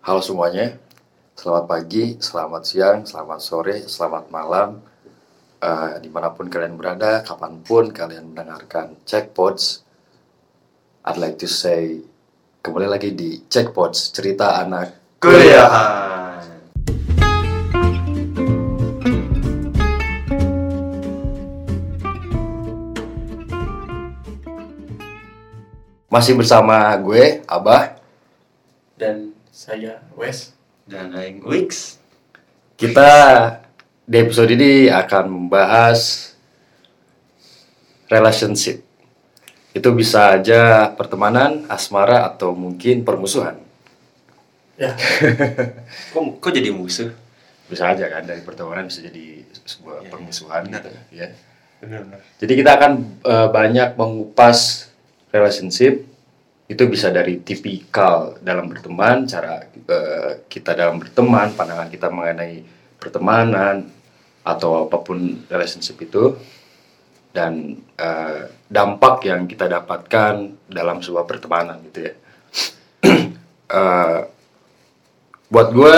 Halo semuanya, selamat pagi, selamat siang, selamat sore, selamat malam, dimanapun kalian berada, kapanpun kalian mendengarkan Checkpods. I'd like to say, kembali lagi di Checkpods, cerita anak kuliahan. Masih bersama gue, Abah. Dan saya Wes. Dan Aing Wix. Kita di episode ini akan membahas relationship. Itu bisa aja pertemanan, asmara, atau mungkin permusuhan. Ya, Kok jadi musuh? Bisa aja kan, dari pertemanan bisa jadi sebuah permusuhan gitu ya. Benar. Jadi kita akan banyak mengupas relationship. Itu bisa dari tipikal dalam berteman, cara kita dalam berteman, pandangan kita mengenai pertemanan atau apapun relationship itu, dan dampak yang kita dapatkan dalam sebuah pertemanan gitu ya. Buat gue,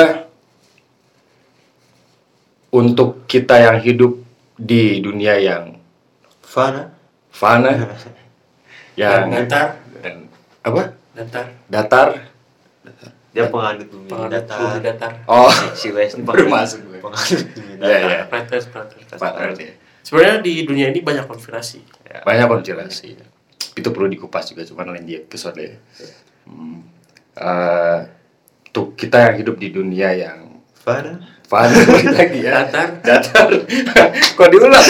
untuk kita yang hidup di dunia yang Fana. yang datar, dan apa? datar, Dia penganut bumi penganut datar. bumi datar. Oh, Si Wes ini baru masuk gue. penganut bumi Ya, datar. ya. Flat Ya. Sebenarnya di dunia ini banyak konspirasi. Banyak konspirasi. Itu perlu dikupas juga, cuman lain di episode ya. Tuh kita yang hidup di dunia yang Fana. lagi ya. Datar. Kok diulang?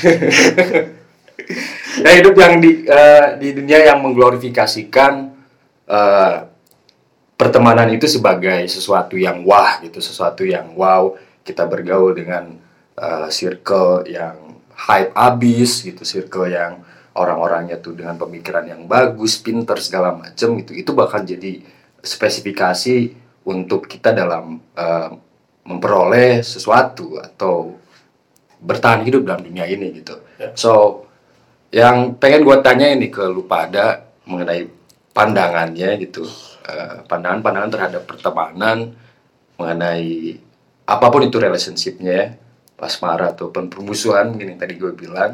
Ya, hidup yang di dunia yang mengglorifikasikan pertemanan itu sebagai sesuatu yang wah gitu, sesuatu yang wow. Kita bergaul dengan circle yang hype abis gitu, circle yang orang-orangnya tuh dengan pemikiran yang bagus, pinter segala macem gitu. Itu bakal jadi spesifikasi untuk kita dalam memperoleh sesuatu atau bertahan hidup dalam dunia ini gitu. So, yang pengen gue tanya ini ke lu pada mengenai pandangannya gitu, pandangan-pandangan terhadap pertemanan, mengenai apapun itu relationship-nya, asmara ataupun permusuhan mungkin yang tadi gue bilang.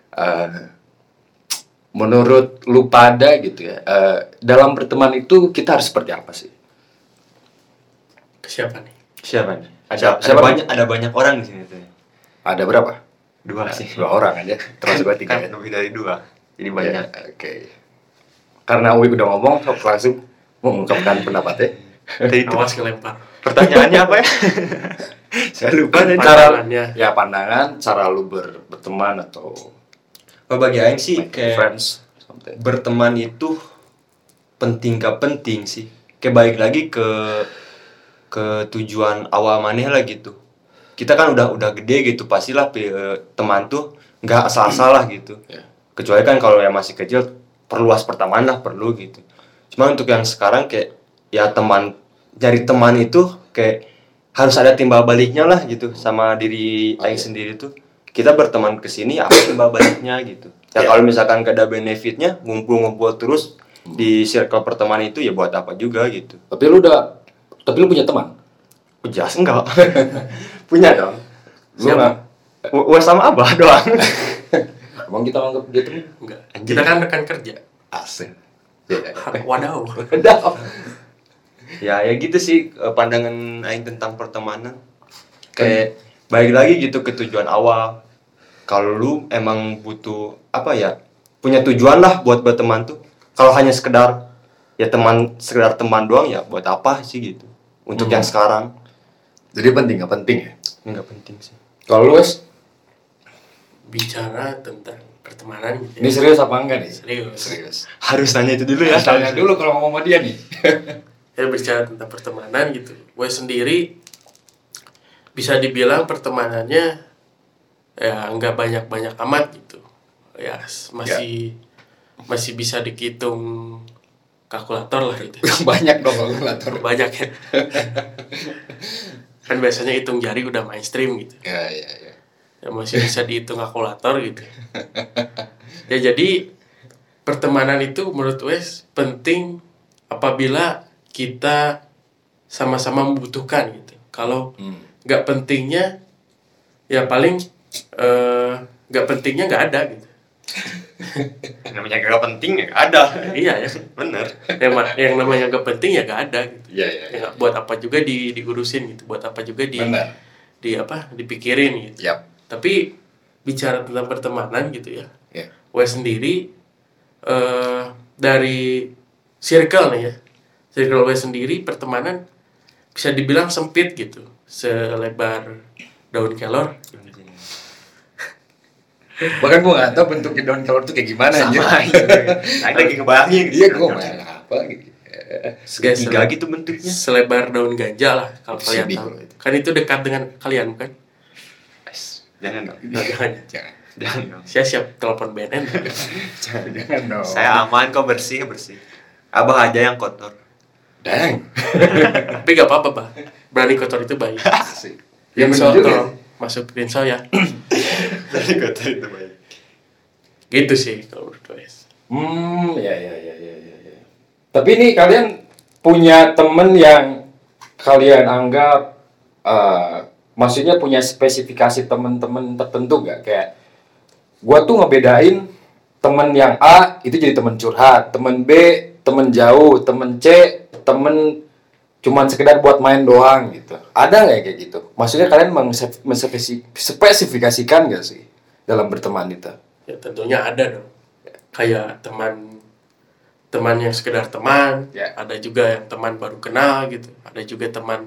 Menurut lu pada gitu ya, dalam pertemanan itu kita harus seperti apa sih? Siapa nih? Siapa nih? Siapa Ada banyak orang di sini tuh. Ada berapa? 2 sih. 2 orang aja, terus gue 3 Kan ya. lebih dari 2. Jadi banyak. Ya, oke. Karena Uwi udah ngomong, sok langsung mengungkapkan pendapatnya. Tadi itu Awas kelempar. pertanyaannya apa ya? Saya lupa tadi. Pandangannya. Pandangan, cara lu berteman atau Oh, bagi Aing sih make kayak friends something. berteman itu penting gak penting sih. Kayak balik lagi ke tujuan awal maneh lah gitu. Kita kan udah gede gitu, pastilah teman tuh nggak asal-asalah gitu. Ya. Kecuali kan kalau yang masih kecil perluas pertemanan lah perlu gitu. Cuma untuk yang sekarang kayak ya dari teman itu kayak harus ada timbal baliknya lah gitu sama diri Aing sendiri tuh. Kita berteman kesini apa timbal baliknya gitu. Ya kalau misalkan gak ada benefitnya, ngumpul-ngumpul terus di circle pertemanan itu ya buat apa juga gitu. Tapi lu punya teman? Jelas enggak. Punya dong. Lu Siapa? nggak? Wes sama Abah doang. Emang kita anggap dia teman? Enggak. Anjing. Kita kan rekan kerja. Asik. Wadaw. Ya gitu sih pandangan Aing tentang pertemanan. Kayak balik lagi gitu ke tujuan awal. Kalau lu emang butuh apa ya? Punya tujuan lah buat berteman tuh. Kalau hanya sekedar teman doang ya buat apa sih gitu. Untuk yang sekarang Jadi penting nggak penting ya? enggak penting sih. Kalau lu Wes, Bicara tentang pertemanan gitu. ini serius apa enggak nih? Serius. Harus nanya itu dulu ya. Tanya dulu kalau ngomong sama dia nih. Ya, bicara tentang pertemanan gitu. Gue sendiri bisa dibilang pertemanannya ya nggak banyak amat gitu. Ya masih bisa dihitung kalkulator lah gitu. Banyak dong kalkulator. Banyak ya. Kan biasanya hitung jari udah mainstream gitu. Ya. Ya masih bisa dihitung kalkulator gitu. Ya jadi pertemanan itu menurut Wes penting apabila kita sama-sama membutuhkan gitu. Kalau nggak pentingnya ya paling nggak pentingnya nggak ada gitu. Namanya gak penting ya gak ada. Iya ya. Bener. Yang namanya nggak penting ya nggak ada gitu. Iya. Ya, nggak- buat apa juga diurusin gitu. Buat apa juga Benar. dipikirin gitu. Yap. Tapi bicara tentang pertemanan gitu ya. Ya. Wes sendiri dari circle nih ya. Circle Wes sendiri pertemanan bisa dibilang sempit gitu. Selebar daun kelor. Bahkan gue gak tau bentuknya daun kelor tuh kayak gimana anjir. Sama aja. Saya lagi ngebayangin. Iya gue main apa gitu. Segitiga gitu bentuknya. Selebar daun ganja lah kalau kalian Sedih. tahu. Kan itu dekat dengan kalian bukan? Jangan dong. Jangan. Jangan dong. Saya siap telepon BNN. Jangan dong. Saya aman kok, bersih. Abah aja yang kotor. Dang. Tapi gak apa-apa, Bah. Berani kotor itu baik. Asik. Ya, bener so, juga. tolong masuk Rinso ya. Dari kotor itu baik. Gitu sih kalau menurut Wes. Ya. Tapi ini kalian punya temen yang kalian anggap maksudnya punya spesifikasi temen-temen tertentu gak? Kayak gua tuh ngebedain temen yang A itu jadi temen curhat, temen B temen jauh, temen C temen cuman sekedar buat main doang gitu. Ada nggak kayak gitu? Maksudnya kalian spesifikasikan gak sih dalam berteman itu? Ya tentunya ada dong. Kayak teman yang sekedar teman, Ya. ada juga yang teman baru kenal gitu, ada juga teman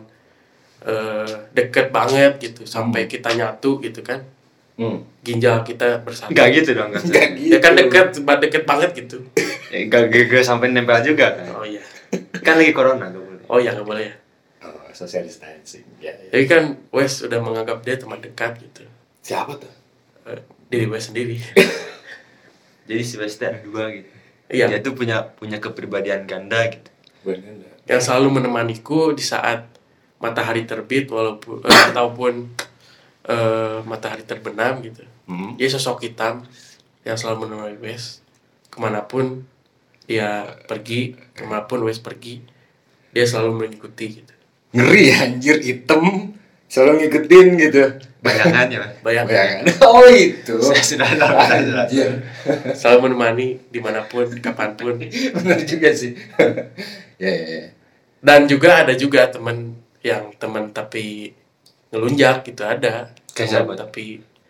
deket banget gitu, sampai kita nyatu gitu kan, ginjal kita bersatu. Enggak gitu dong. Enggak gitu. Ya kan deket banget gitu. Enggak sampai nempel juga kan. Oh iya, Kan lagi corona gak boleh. oh ya nggak boleh ya. Oh, social distancing. Ya. Jadi kan Wes udah menganggap dia teman dekat gitu. Siapa tuh? Diri Wes sendiri. Jadi si Westi ada dua gitu. Iya. Dia tuh punya kepribadian ganda gitu. Bener. Yang selalu menemaniku di saat matahari terbit walaupun ataupun matahari terbenam gitu. Dia sosok hitam yang selalu menemani Wes kemanapun dia pergi, kemanapun Wes pergi, dia selalu mengikuti gitu. Ngeri anjir, hitam selalu ngikutin gitu. Bayangannya. Bayangkan, Oh itu. Saya sudah tahu. Anjir. selalu menemani dimanapun, kapanpun. Bener juga sih. Ya. Dan juga ada juga teman yang teman tapi ngelunjak gitu ada. Kayak Teman siapa? tapi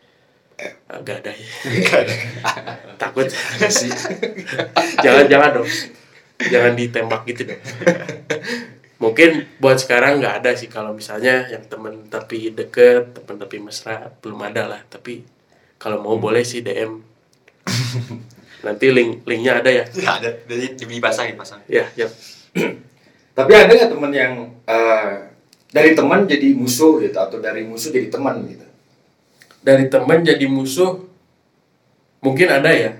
gak ada ya. Takut Sih. jangan dong, jangan ditembak gitu dong. Mungkin buat sekarang nggak ada sih, kalau misalnya yang temen tapi deket, temen tapi mesra belum ada lah. Tapi kalau mau boleh sih DM. Nanti linknya ada ya. Ya ada. Jadi dipasang. Ya. Tapi ada nggak teman yang dari teman jadi musuh gitu atau dari musuh jadi teman gitu? Dari temen jadi musuh mungkin ada ya,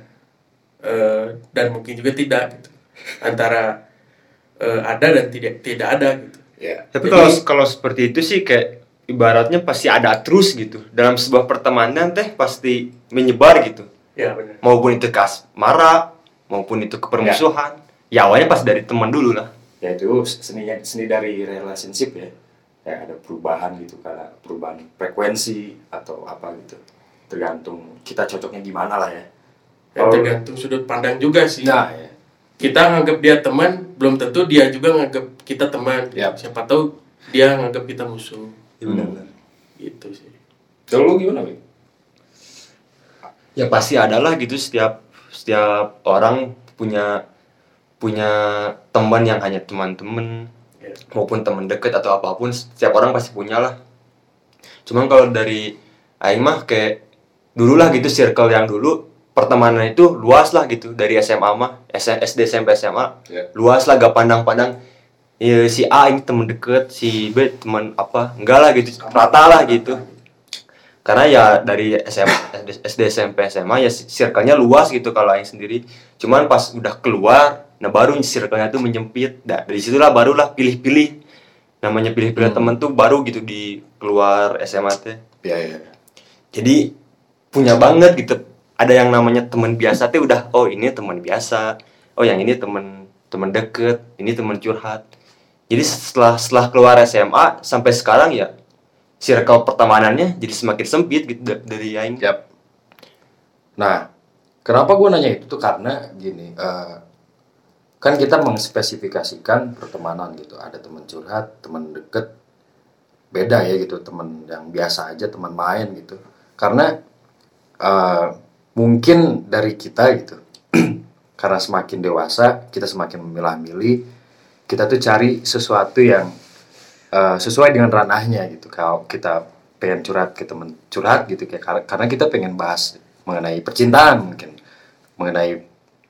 dan mungkin juga tidak gitu. Antara ada dan tidak ada gitu. Ya. Tapi Jadi- kalau seperti itu sih kayak ibaratnya pasti ada terus gitu. Dalam sebuah pertemanan teh pasti menyebar gitu. Ya benar. Maupun itu ke asmara, maupun itu ke permusuhan. Ya awalnya pas dari teman dulu lah. Ya itu seni dari relationship ya. Ya ada perubahan gitu, karena perubahan frekuensi atau apa gitu. Tergantung kita cocoknya gimana lah ya. Ya, tergantung sudut pandang juga sih. Nah ya. Kita nganggap dia teman, belum tentu dia juga nganggap kita teman. Yap. Siapa tahu dia nganggap kita musuh. Benar-benar. Gitu sih. Kalau lu gimana, Bang? Ya pasti ada lah gitu, setiap orang punya teman yang hanya teman-teman Ya. maupun teman dekat atau apapun, setiap orang pasti punya lah. Cuman kalau dari aing mah kayak dulu lah gitu, circle yang dulu pertemanan itu luas lah gitu, dari SMA mah SD SMP SMA Ya. luas lah, gak pandang-pandang ya, si A ini teman deket, si B teman apa, enggak lah gitu, rata lah gitu. Karena ya dari SD SMP SMA ya circle-nya luas gitu kalau aing sendiri. Cuman pas udah keluar, nah baru circle-nya tuh menyempit. Nah, dari situlah barulah pilih-pilih. Namanya pilih-pilih temen tuh baru gitu di keluar SMA teh. Ya. Jadi punya banget gitu. Ada yang namanya teman biasa teh udah, oh ini teman biasa. Oh yang ini teman deket, ini teman curhat. Jadi setelah keluar SMA sampai sekarang ya circle pertemanannya jadi semakin sempit gitu dari aing. Yap. Nah, kenapa gue nanya itu tuh karena gini, kan kita mengspesifikasikan pertemanan gitu. Ada teman curhat, teman deket, beda ya gitu, teman yang biasa aja, teman main gitu. Karena mungkin dari kita gitu, karena semakin dewasa kita semakin memilah-milih, kita tuh cari sesuatu yang sesuai dengan ranahnya gitu. Kalau kita pengen curhat ke teman curhat gitu, kayak karena kita pengen bahas mengenai percintaan, mungkin mengenai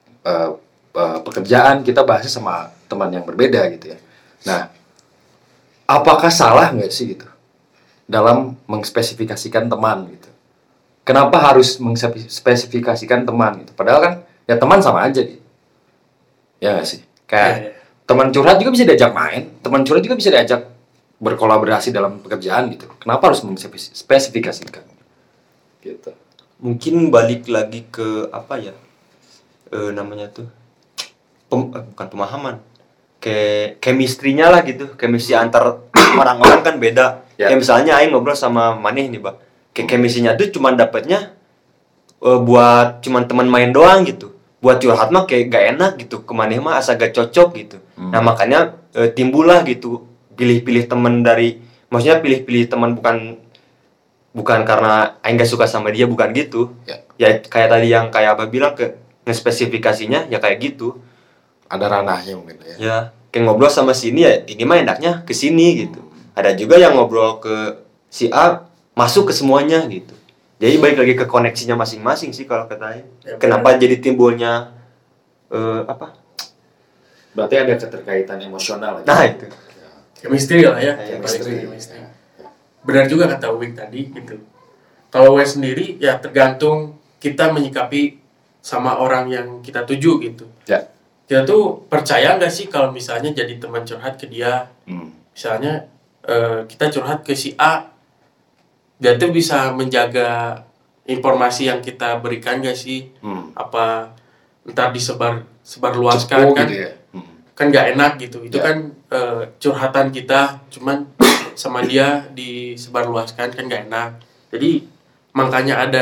pekerjaan, kita bahasnya sama teman yang berbeda gitu ya. Nah, apakah salah nggak sih gitu dalam mengspesifikasikan teman gitu? Kenapa harus mengspesifikasikan teman gitu? Padahal kan ya teman sama aja gitu. Ya nggak sih? Kayak teman curhat juga bisa diajak main, teman curhat juga bisa diajak berkolaborasi dalam pekerjaan gitu. Kenapa harus mengspesifikasikan? Gitu. Mungkin balik lagi ke apa ya? Namanya tuh bukan pemahaman. Kayak chemistry-nya lah gitu. Chemistry antar orang-orang kan beda. Ya. Kayak misalnya aing ngobrol sama Maneh nih, Bang. Kayak chemistry-nya tuh cuman dapatnya buat cuman teman main doang gitu. Buat curhat mah kayak gak enak gitu, ke Maneh mah asa gak cocok gitu. Nah makanya timbullah gitu pilih-pilih teman dari, maksudnya pilih-pilih teman bukan karena aing gak suka sama dia, bukan gitu. Ya kayak tadi yang kayak Abah bilang, ke ngespesifikasinya ya kayak gitu. Ada ranahnya mungkin ya. Ya kayak ngobrol sama sini ya ini mah enaknya ke sini gitu. Ada juga yang ngobrol ke si A masuk ke semuanya gitu. Jadi balik lagi ke koneksinya masing-masing sih kalau kata aing. Ya, kenapa jadi timbulnya apa? Berarti ada keterkaitan emosional. Nah itu. Chemistry lah ya. Chemistry. Benar juga kata Uwik tadi gitu. Kalau Wes sendiri ya tergantung kita menyikapi sama orang yang kita tuju gitu. Ya. Kita tuh percaya nggak sih kalau misalnya jadi teman curhat ke dia, misalnya kita curhat ke si A, dia tuh bisa menjaga informasi yang kita berikan nggak sih? Apa ntar sebarluaskan kan? Gitu ya? Kan nggak enak gitu. Itu kan curhatan kita, cuman sama dia disebarluaskan kan nggak enak. Jadi makanya ada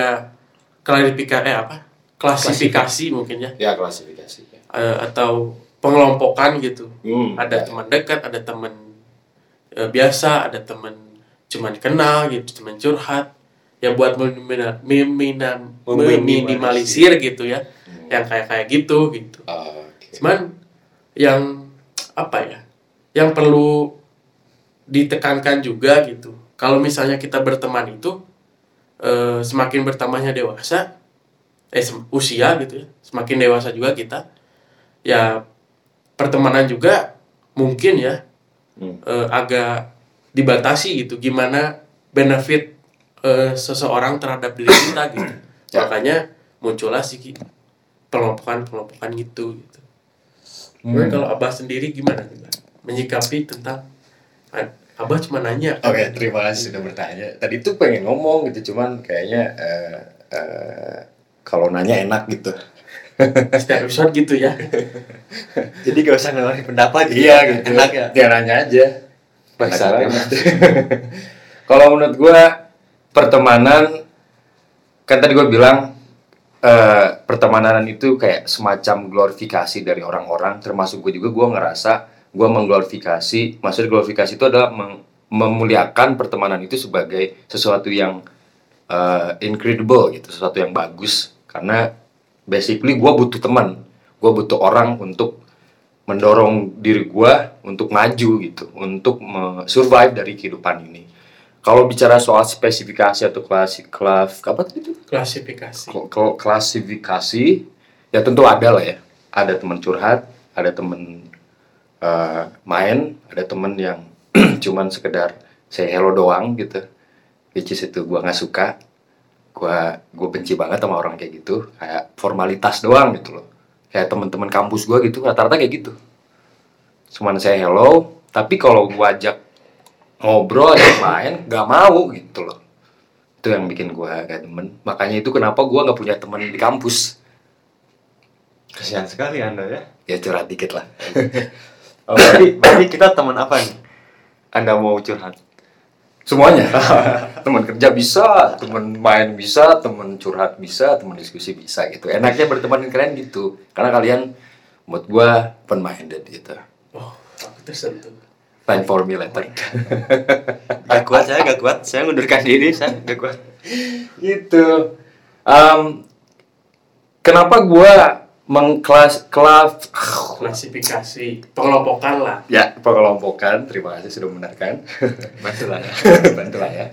klasifikasi mungkin ya. Ya, klasifikasi. Atau pengelompokan gitu. Ada ya. teman dekat, ada teman biasa, ada teman cuman kenal gitu, teman curhat. Ya buat meminimalisir gitu ya. Yang kayak gitu. Okay. Cuman yang apa ya? Yang perlu ditekankan juga gitu. Kalau misalnya kita berteman itu semakin bertambahnya dewasa, usia gitu ya, semakin dewasa juga kita, ya pertemanan juga mungkin ya agak dibatasi gitu. Gimana benefit seseorang terhadap diri kita gitu. Makanya muncullah sih pelompokan gitu. Kemudian kalau Abah sendiri gimana menyikapi tentang Abah cuma nanya. Oke, terima kasih sudah bertanya. Tadi tuh pengen ngomong gitu, cuman kayaknya kalau nanya enak gitu. Setiap episode gitu ya. Jadi gak usah ngeluarin pendapat gitu. Iya gitu. Enak ya. Dia nanya aja. Penasaran. Kalau menurut gue pertemanan, kan tadi gue bilang pertemanan itu kayak semacam glorifikasi dari orang-orang, termasuk gue juga. Gue ngerasa gue mengglorifikasi, maksud glorifikasi itu adalah memuliakan pertemanan itu sebagai sesuatu yang incredible gitu, sesuatu yang bagus. Karena basically gue butuh teman, gue butuh orang untuk mendorong diri gue untuk maju gitu, untuk survive dari kehidupan ini. Kalau bicara soal spesifikasi atau klasifikasi, ya tentu ada lah ya. Ada teman curhat, ada teman main, ada temen yang cuman sekedar say hello doang gitu, which is itu gue nggak suka. Gue benci banget sama orang kayak gitu, kayak formalitas doang gitu loh. Kayak teman-teman kampus gue gitu, rata-rata kayak gitu, cuman say hello, tapi kalau gue ajak ngobrol, ajak main, nggak mau gitu loh. Itu yang bikin gue gak temen. Makanya itu kenapa gue nggak punya teman di kampus. Kasihan sekali Anda ya. Ya curhat dikit lah. Oh, berarti kita teman apa nih? Anda mau curhat? Semuanya. Teman kerja bisa, teman main bisa, teman curhat bisa, teman diskusi bisa gitu. Enaknya berteman dengan kalian gitu. Karena kalian buat gua open minded gitu. Oh, aku tersentuh. Find for me later. Gak kuat. Saya mundurkan diri, saya gak kuat. Gitu. Kenapa gua Klasifikasi, pengelompokan lah. ya pengelompokan, terima kasih sudah membenarkan. Bantulah ya. Bantulah ya.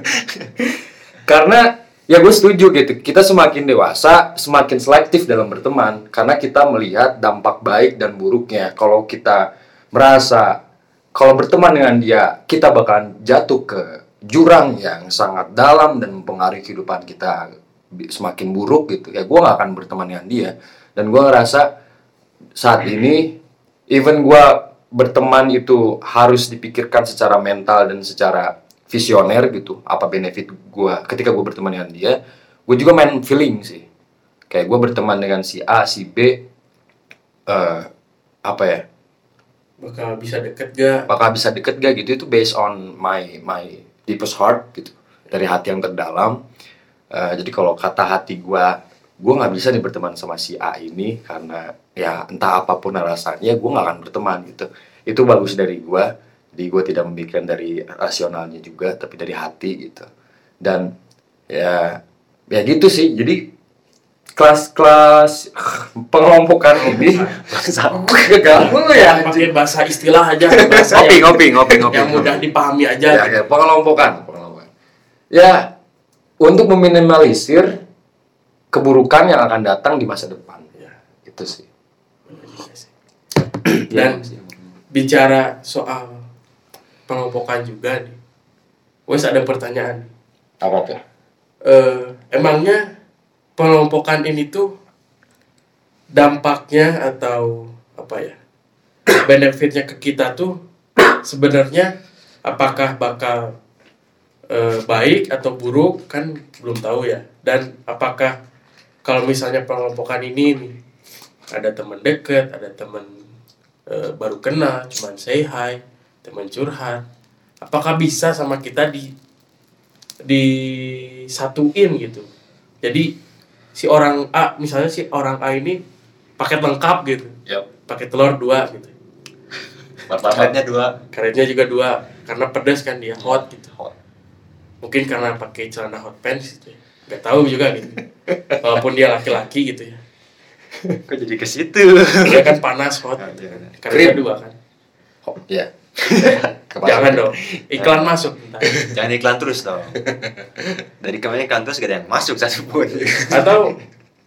Karena ya gue setuju gitu, kita semakin dewasa semakin selektif dalam berteman karena kita melihat dampak baik dan buruknya. Kalau kita merasa kalau berteman dengan dia kita bakalan jatuh ke jurang yang sangat dalam dan mempengaruhi kehidupan kita semakin buruk gitu, ya gue gak akan berteman dengan dia. Dan gue ngerasa saat ini even gue berteman itu harus dipikirkan secara mental dan secara visioner gitu, apa benefit gue ketika gue berteman dengan dia. Gue juga main feeling sih, kayak gue berteman dengan si A, si B, apa ya, Bakal bisa deket gak gitu. Itu based on my deepest heart gitu, dari hati yang terdalam. Jadi kalau kata hati gue nggak bisa nih berteman sama si A ini karena ya entah apapun alasannya gue nggak akan berteman gitu. Itu bagus dari gue. Jadi gue tidak memikirkan dari rasionalnya juga, tapi dari hati gitu. Dan ya gitu sih. Jadi kelas pengelompokan ini gagal ya. pakai bahasa istilah aja, bahasa Ngopi. yang mudah dipahami aja. Ya, pengelompokan. Ya, untuk meminimalisir keburukan yang akan datang di masa depan. Ya, itu sih. Dan bicara soal pengelompokan juga nih, wes ada pertanyaan. Apa tuh? Emangnya pengelompokan ini tuh dampaknya atau apa ya, benefitnya ke kita tuh sebenarnya apakah bakal baik atau buruk, kan belum tahu ya. Dan apakah kalau misalnya pengelompokan ini nih, ada teman deket, ada teman baru kenal, cuman say hi, teman curhat, apakah bisa sama kita disatuin gitu. Jadi si orang A, misalnya si orang A ini paket lengkap gitu, pakai telur 2 gitu, Martabaknya 2, karetnya juga 2 karena pedas kan, dia hot gitu. Mungkin karena pakai celana hot pants gitu ya. Gak tahu juga gitu. Walaupun dia laki-laki gitu ya. kok jadi ke situ? Dia kan panas hot. Karetnya 2 kan. Ya. Jangan dong. Iklan masuk ntar. Jangan iklan terus dong. Dari kemarin iklan terus gak ada yang masuk satupun. Atau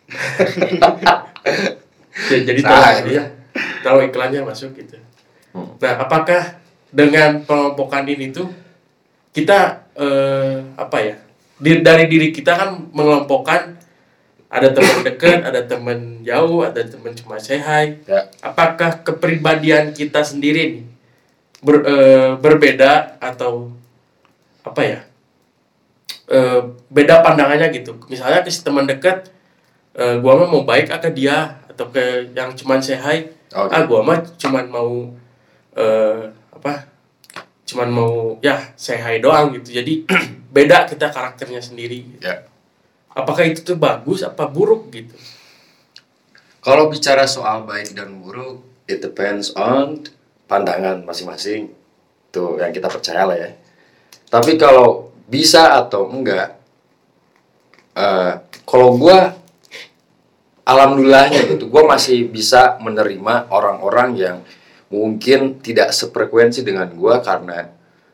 ya, jadi tahu iklannya masuk gitu. Nah, apakah dengan pengelompokan ini tuh kita apa ya, dari diri kita kan mengelompokkan, ada teman dekat, ada teman jauh, ada teman cuma say hi. Ya. Apakah kepribadian kita sendiri nih berbeda atau apa ya, beda pandangannya gitu. Misalnya ke si teman dekat, gua mah mau baik ke dia, atau ke yang cuma say hi, gua mah cuma mau cuman mau ya say hi doang gitu. Jadi beda kita karakternya sendiri. Ya. Apakah itu tuh bagus apa buruk gitu? Kalau bicara soal baik dan buruk, it depends on pandangan masing-masing. Tuh yang kita percaya lah ya. Tapi kalau bisa atau enggak, kalau gue alhamdulillahnya gitu, gue masih bisa menerima orang-orang yang mungkin tidak sefrekuensi dengan gue karena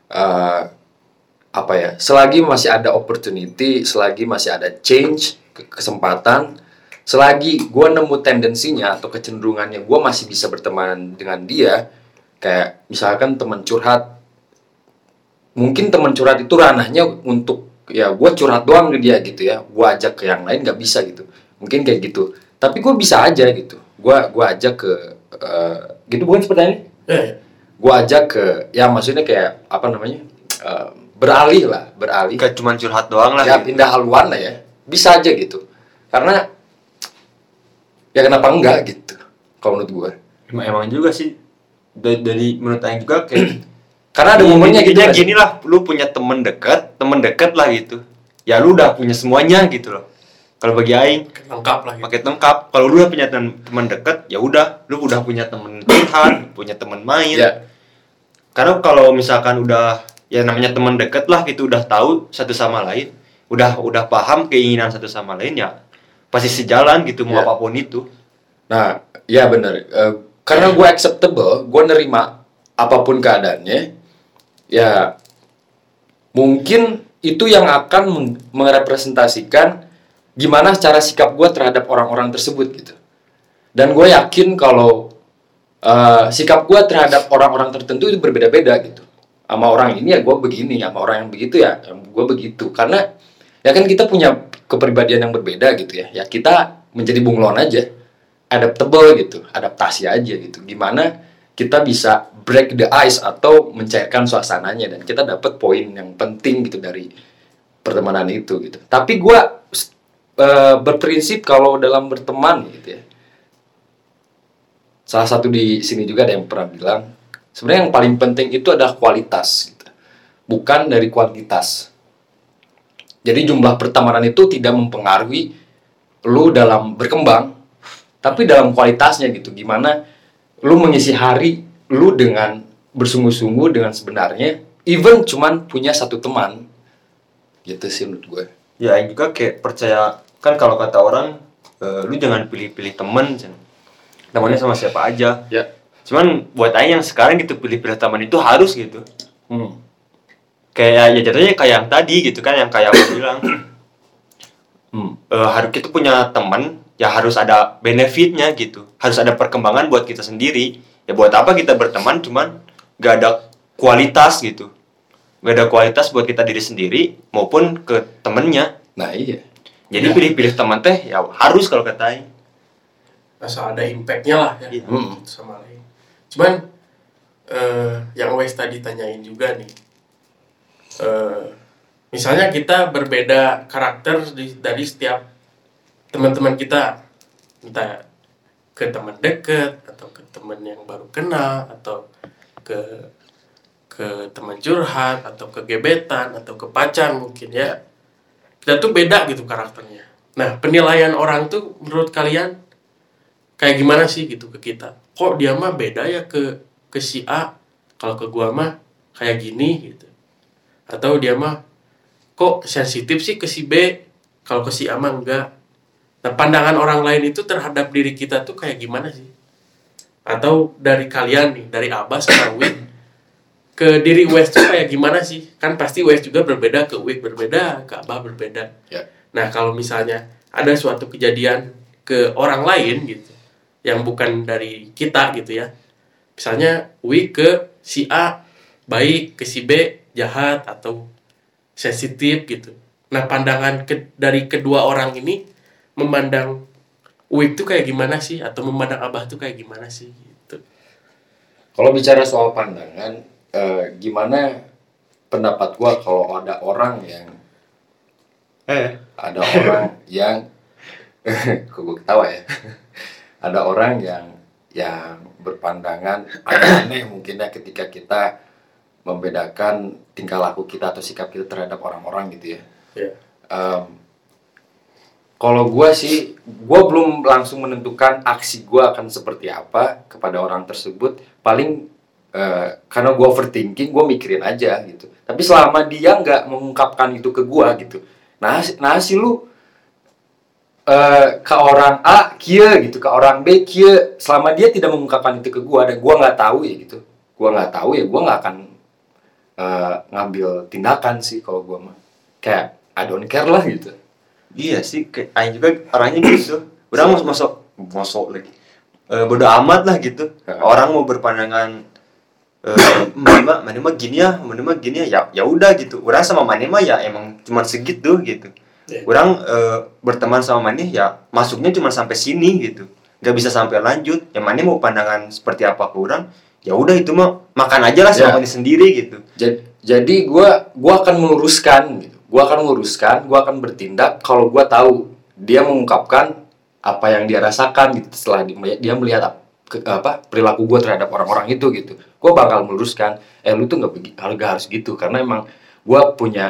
apa ya, selagi masih ada opportunity, selagi masih ada change, kesempatan, selagi gue nemu tendensinya atau kecenderungannya, gue masih bisa berteman dengan dia. Kayak misalkan teman curhat, mungkin teman curhat itu ranahnya untuk ya gue curhat doang ke dia gitu ya, gue ajak ke yang lain nggak bisa gitu, mungkin kayak gitu. Tapi gue bisa aja gitu, gue ajak ke gitu, bukan seperti ini. Gue ajak ke, ya maksudnya kayak apa namanya, beralih. Kayak cuma curhat doang lah. Ya gitu. Pindah haluan lah ya, bisa aja gitu. Karena ya kenapa enggak gitu, kalau menurut gue. Emang juga sih dari menurut Aing juga kayak Karena ada momennya gitu intinya nggak sih? gini lah, lu punya temen dekat lah gitu. Ya lu udah punya semuanya gitu loh. Kalau bagi Aing lengkap lah gitu. paket lengkap. Kalau lu udah punya teman dekat, ya udah, lu udah punya teman curhat, punya teman main. Ya. Karena kalau misalkan udah ya namanya teman dekat lah gitu, udah tahu satu sama lain, udah paham keinginan satu sama lain, ya pasti sejalan gitu mau Ya. apapun itu. Nah, ya bener. Karena gue acceptable, gue nerima apapun keadaannya, ya mungkin itu yang akan merepresentasikan gimana cara sikap gue terhadap orang-orang tersebut gitu. Dan gue yakin kalau sikap gue terhadap orang-orang tertentu itu berbeda-beda gitu. Sama orang ini ya gue begini, sama orang yang begitu ya gue begitu. Karena ya kan kita punya kepribadian yang berbeda gitu ya. Ya kita menjadi bunglon aja, adaptable gitu, adaptasi aja gitu. Gimana kita bisa break the ice atau mencairkan suasananya dan kita dapat poin yang penting gitu dari pertemanan itu gitu. Tapi gue berprinsip kalau dalam berteman gitu ya. Salah satu di sini juga ada yang pernah bilang, sebenarnya yang paling penting itu adalah kualitas gitu. Bukan dari kuantitas. Jadi jumlah pertemanan itu tidak mempengaruhi lu dalam berkembang, tapi dalam kualitasnya gitu. Gimana lu mengisi hari lu dengan bersungguh-sungguh dengan sebenarnya, even cuman punya satu teman. Gitu sih menurut gue. Ya Aing juga kayak percaya, kan kalau kata orang, lu jangan pilih-pilih temen, temannya sama siapa aja. Ya. Cuman buat Aing yang sekarang gitu, pilih-pilih teman itu harus gitu. Hmm. Kayak ya jatuhnya kayak yang tadi gitu kan, yang kayak aku bilang. Harus kita punya teman, ya harus ada benefitnya gitu, harus ada perkembangan buat kita sendiri. Ya buat apa kita berteman cuman gak ada kualitas gitu, gak ada kualitas buat kita diri sendiri maupun ke temennya. Nah iya. Jadi pilih-pilih teman teh ya harus kalau kata Aing. Asal ada impactnya lah ya. Iya. Sama lain. Cuman yang Wes tadi tanyain juga nih. Misalnya kita berbeda karakter dari setiap teman-teman kita, entah ke teman dekat atau ke teman yang baru kenal atau ke teman curhat atau ke gebetan atau ke pacar mungkin ya. Kita tuh beda gitu karakternya. Nah, penilaian orang tuh menurut kalian kayak gimana sih gitu ke kita? Kok dia mah beda ya ke si A, kalau ke gua mah kayak gini gitu. Atau dia mah kok sensitif sih ke si B, kalau ke si A mah enggak. Nah, pandangan orang lain itu terhadap diri kita tuh kayak gimana sih? Atau dari kalian nih, dari Abah sama Wik, ke diri Wes tuh kayak gimana sih? Kan pasti Wes juga berbeda, ke Wik berbeda, ke Abah berbeda. Ya. Nah, kalau misalnya ada suatu kejadian ke orang lain gitu, yang bukan dari kita gitu ya. Misalnya Wik ke si A baik, ke si B jahat atau sensitif gitu. Nah, pandangan dari kedua orang ini memandang Wik tuh kayak gimana sih? Atau memandang Abah tuh kayak gimana sih gitu. Kalau bicara soal pandangan, gimana pendapat gua kalau ada orang yang kok gua ketawa ya. Ada orang yang berpandangan aneh mungkin ya ketika kita membedakan tingkah laku kita atau sikap kita terhadap orang-orang gitu ya. Yeah. Kalau gue sih, gue belum langsung menentukan aksi gue akan seperti apa kepada orang tersebut. Paling karena gue overthinking, gue mikirin aja gitu. Tapi selama dia nggak mengungkapkan itu ke gue gitu, nah si lu ke orang A kia gitu, ke orang B kia, selama dia tidak mengungkapkan itu ke gue dan gue nggak tahu ya gitu, gue nggak akan ngambil tindakan sih kalau gue mah. Kayak I don't care lah gitu. Iya sih, kayak Aing juga orangnya gitu. Udah masuk lagi. Bodo amat lah gitu. Orang mau berpandangan mana mah gini ya, ya udah gitu. Orang sama mana mah ya emang cuma segitu gitu. Orang berteman sama mana ya masuknya cuma sampai sini gitu. Gak bisa sampai lanjut. Yang mana mau pandangan seperti apa ke orang, ya udah itu mah makan aja lah sama mana sendiri gitu. Jadi gue akan meluruskan gitu. Gue akan bertindak kalau gue tahu dia mengungkapkan apa yang dia rasakan gitu setelah dia melihat perilaku gue terhadap orang-orang itu gitu. Gue bakal meluruskan, lu tuh nggak harus gitu, karena emang gue punya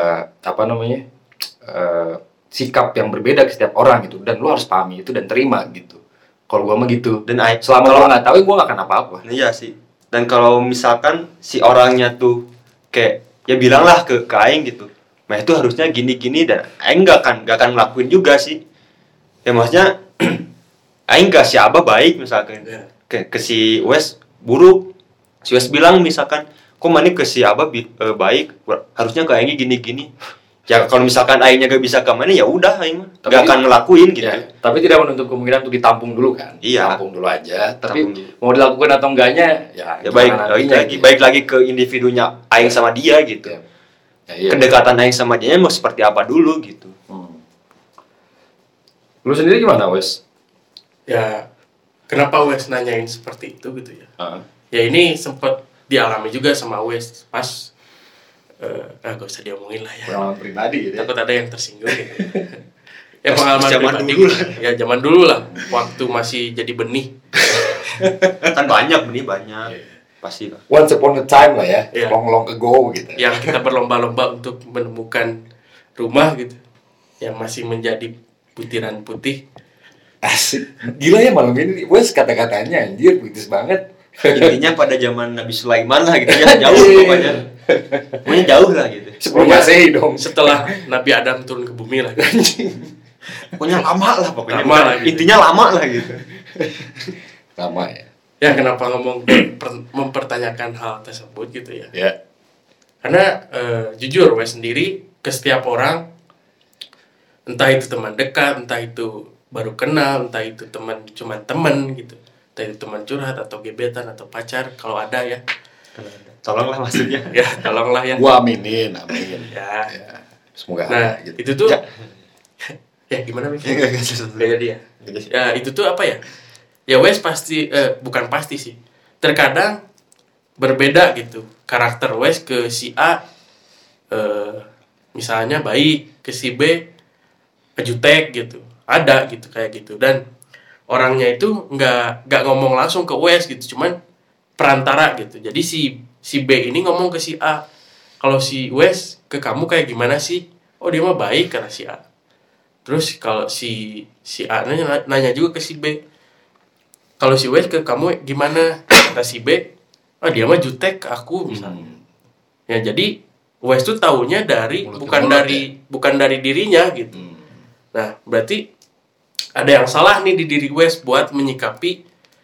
sikap yang berbeda ke setiap orang gitu, dan lu harus pahami itu dan terima gitu. Kalau gue mah gitu. Dan selama lo nggak tahu, gue nggak akan apa-apa. Iya sih. Dan kalau misalkan si orangnya tuh kayak ya bilanglah ke aing gitu, nah itu harusnya gini-gini, dan aing nggak akan ngelakuin juga sih. Ya maksudnya aing ke si Abah baik misalkan, ke si Wes buruk. Si Wes bilang misalkan, kok mana ke si Abah baik, harusnya ke aing gini-gini. Ya kalau misalkan aingnya gak bisa ke mana, ya udah aing mah gak akan ngelakuin gitu. Ya, tapi tidak menutup kemungkinan untuk ditampung dulu kan. Iya. Tampung dulu aja. Tapi mau dilakukan atau enggaknya, ya baik lagi ke individunya aing sama dia gitu. Ya. Iya. Kedekatan aing sama dia mau seperti apa dulu gitu. Lu sendiri gimana, Wes? Ya, kenapa Wes nanyain seperti itu gitu ya? Ya ini sempat dialami juga sama Wes pas gak usah diomongin lah ya. Pengalaman pribadi gitu ya. Takut ada yang tersinggung gitu. Ya pengalaman zaman pribadi dulu lah. Ya zaman dulu lah, waktu masih jadi benih. Kan banyak nih, banyak. Pasti lah. Once upon a time lah ya, long ago gitu. Yang kita berlomba-lomba untuk menemukan rumah gitu, yang masih menjadi butiran putih. Asik. Gila ya malam ini, Wes kata-katanya anjir puitis banget. Intinya pada zaman Nabi Sulaiman lah gitu ya, jauh pokoknya. Pokoknya jauh lah gitu. Sebelum Masehi dong. Setelah Nabi Adam turun ke bumi lah. Pokoknya lama lah pokoknya. Lama lah gitu. Intinya lama lah gitu. Lama ya. Ya kenapa ngomong mempertanyakan hal tersebut gitu ya? Ya. Karena jujur Wes sendiri ke setiap orang, entah itu teman dekat, entah itu baru kenal, entah itu cuma teman gitu, entah itu teman curhat atau gebetan atau pacar, kalau ada ya. Tolonglah maksudnya. Ya tolonglah ya. Gua aminin, amin. Ya. Semoga Nah ada, gitu. itu tuh ya gimana Wes? Gak jadi ya. Ya itu tuh apa ya? Ya Wes pasti bukan pasti sih. Terkadang berbeda gitu karakter Wes ke si A, misalnya baik, ke si B jutek gitu, ada gitu kayak gitu. Dan orangnya itu nggak ngomong langsung ke Wes gitu, cuman perantara gitu. Jadi si B ini ngomong ke si A, kalau si Wes ke kamu kayak gimana sih? Oh dia mah baik karena si A. Terus kalau si A nanya juga ke si B, kalau si Wes ke kamu gimana? Kata si B, dia mah jutek ke aku misalnya. Ya jadi Wes tuh taunya dari bukan dari dirinya gitu. Nah berarti ada yang salah nih di diri Wes buat menyikapi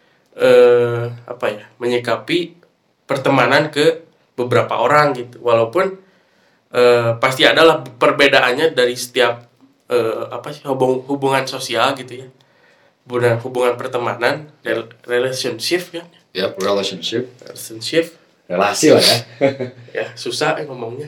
menyikapi pertemanan ke beberapa orang gitu. Walaupun pasti adalah perbedaannya dari setiap hubungan sosial gitu ya. Hubungan pertemanan, relationship kan. Yep, relationship. Relasi lah ya. Ya, susah ngomongnya.